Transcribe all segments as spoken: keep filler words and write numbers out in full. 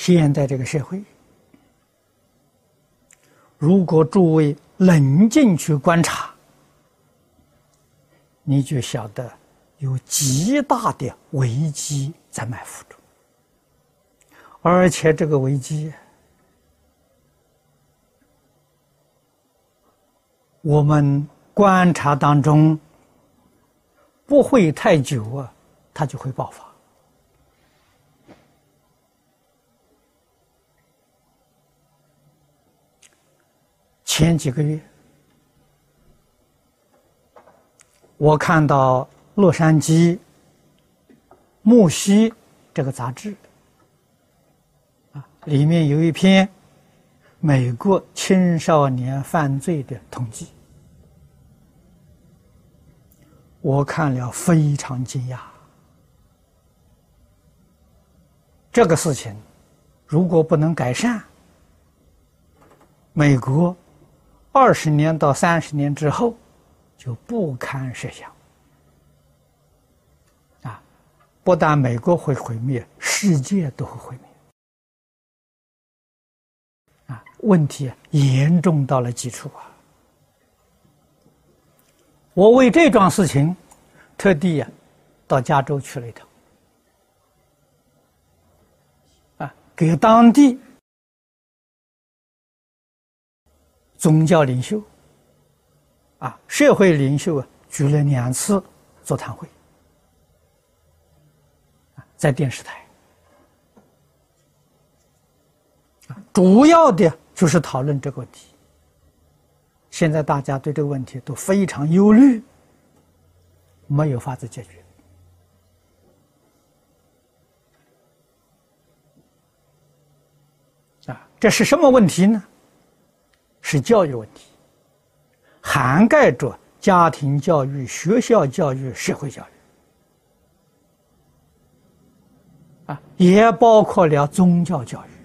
现在这个社会，如果诸位冷静去观察，你就晓得有极大的危机在埋伏着，而且这个危机，我们观察当中不会太久啊，它就会爆发。前几个月，我看到洛杉矶《木须》这个杂志，啊，里面有一篇美国青少年犯罪的统计，我看了非常惊讶。这个事情如果不能改善，美国二十年到三十年之后就不堪设想。啊，不但美国会毁灭，世界都会毁灭。啊，问题严重到了极处啊！我为这桩事情特地啊到加州去了一趟，啊，给当地宗教领袖、啊社会领袖啊举了两次座谈会，啊，在电视台，啊，主要的就是讨论这个问题。现在大家对这个问题都非常忧虑，没有法子解决。啊，这是什么问题呢？是教育问题，涵盖着家庭教育、学校教育、社会教育，啊，也包括了宗教教育。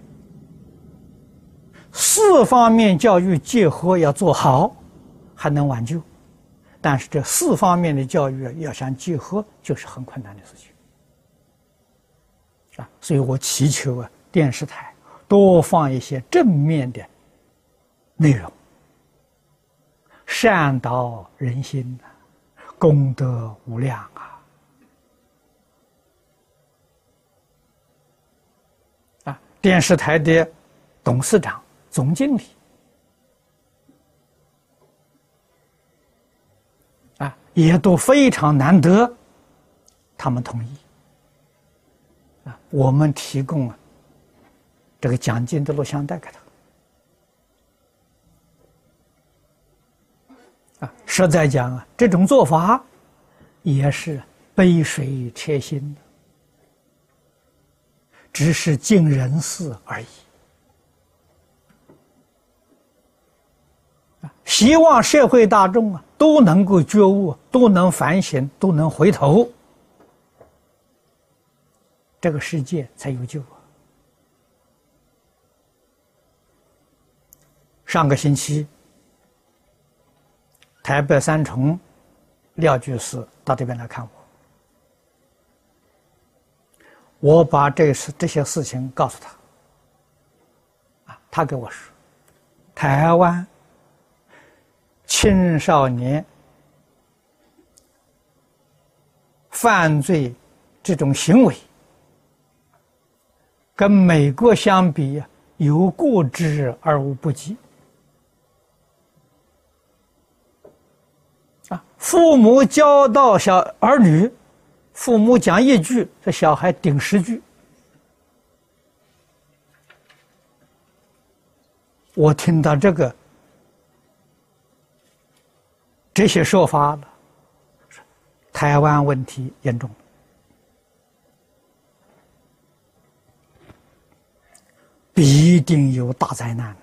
四方面教育结合要做好，还能挽救；但是这四方面的教育要想结合，就是很困难的事情。啊，所以我祈求啊，电视台多放一些正面的内容，善导人心啊，功德无量啊！啊，电视台的董事长、总经理啊，也都非常难得，他们同意啊，我们提供啊这个奖金的录像带给他。啊，实在讲啊，这种做法也是杯水车薪的，只是尽人事而已。啊，希望社会大众啊都能够觉悟，都能反省，都能回头，这个世界才有救啊！上个星期，台北三重廖居士到这边来看我，我把这事这些事情告诉他，啊，他给我说，台湾青少年犯罪这种行为，跟美国相比，有过之而无不及。啊，父母教导小儿女，父母讲一句，这小孩顶十句。我听到这个这些说法了，台湾问题严重了，必定有大灾难。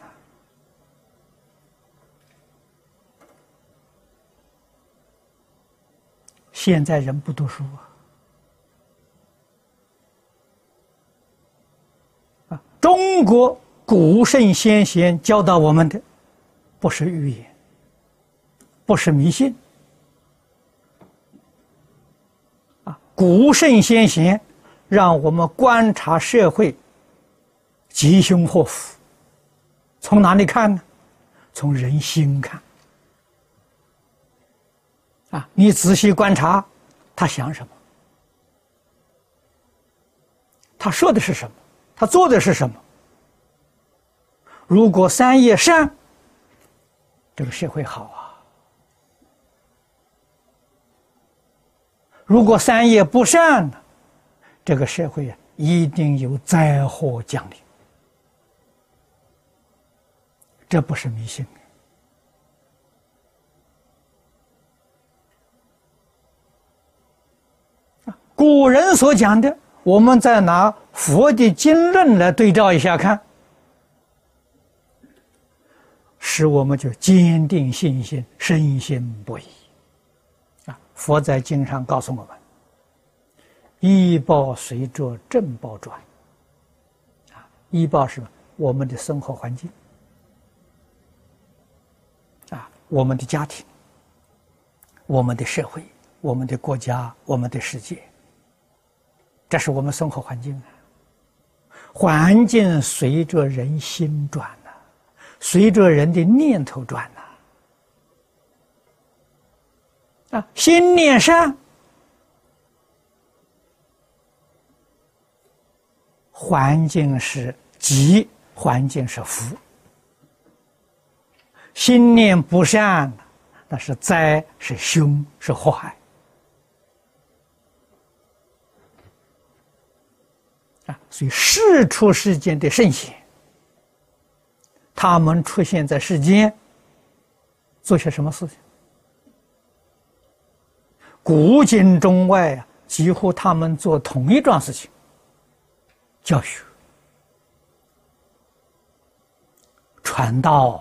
现在人不读书啊！啊，中国古圣先贤教导我们的，不是预言，不是迷信，啊，古圣先贤让我们观察社会吉凶祸福，从哪里看呢？从人心看。啊，你仔细观察，他想什么？他说的是什么？他做的是什么？如果三业善，这个社会好啊；如果三业不善呢，这个社会啊一定有灾祸降临。这不是迷信。古人所讲的，我们再拿佛的经论来对照一下看，使我们就坚定信心，深信不疑。啊，佛在经上告诉我们：医报随着正报转。啊，医报是我们的生活环境，啊，我们的家庭，我们的社会，我们的国家，我们的世界。这是我们生活环境啊，环境随着人心转呐、啊，随着人的念头转呐、啊，啊，心念善，环境是吉，环境是福；心念不善，那是灾，是凶，是祸害。啊，所以世出世间的圣贤，他们出现在世间，做些什么事情？古今中外啊，几乎他们做同一桩事情：教学、传道。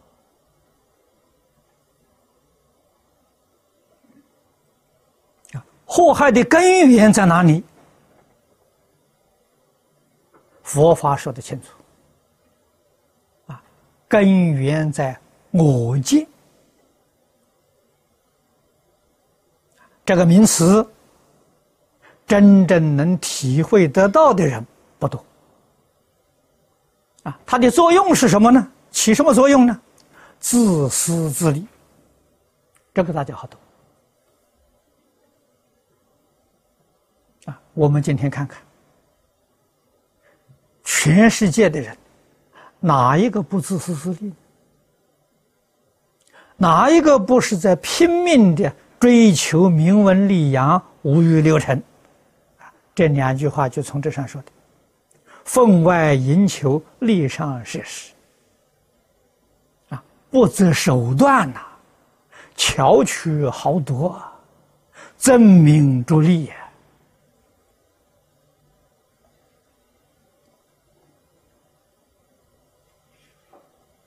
啊，祸害的根源在哪里？佛法说得清楚，啊，根源在我见。这个名词，真正能体会得到的人不多。啊，它的作用是什么呢？起什么作用呢？自私自利，这个大家好懂。啊，我们今天看看。全世界的人，哪一个不自私自利？哪一个不是在拼命的追求名闻利养、五欲六尘？这两句话就从这上说的：分外营求，利上设施。啊，不择手段呐、啊，巧取豪夺，争名逐利啊。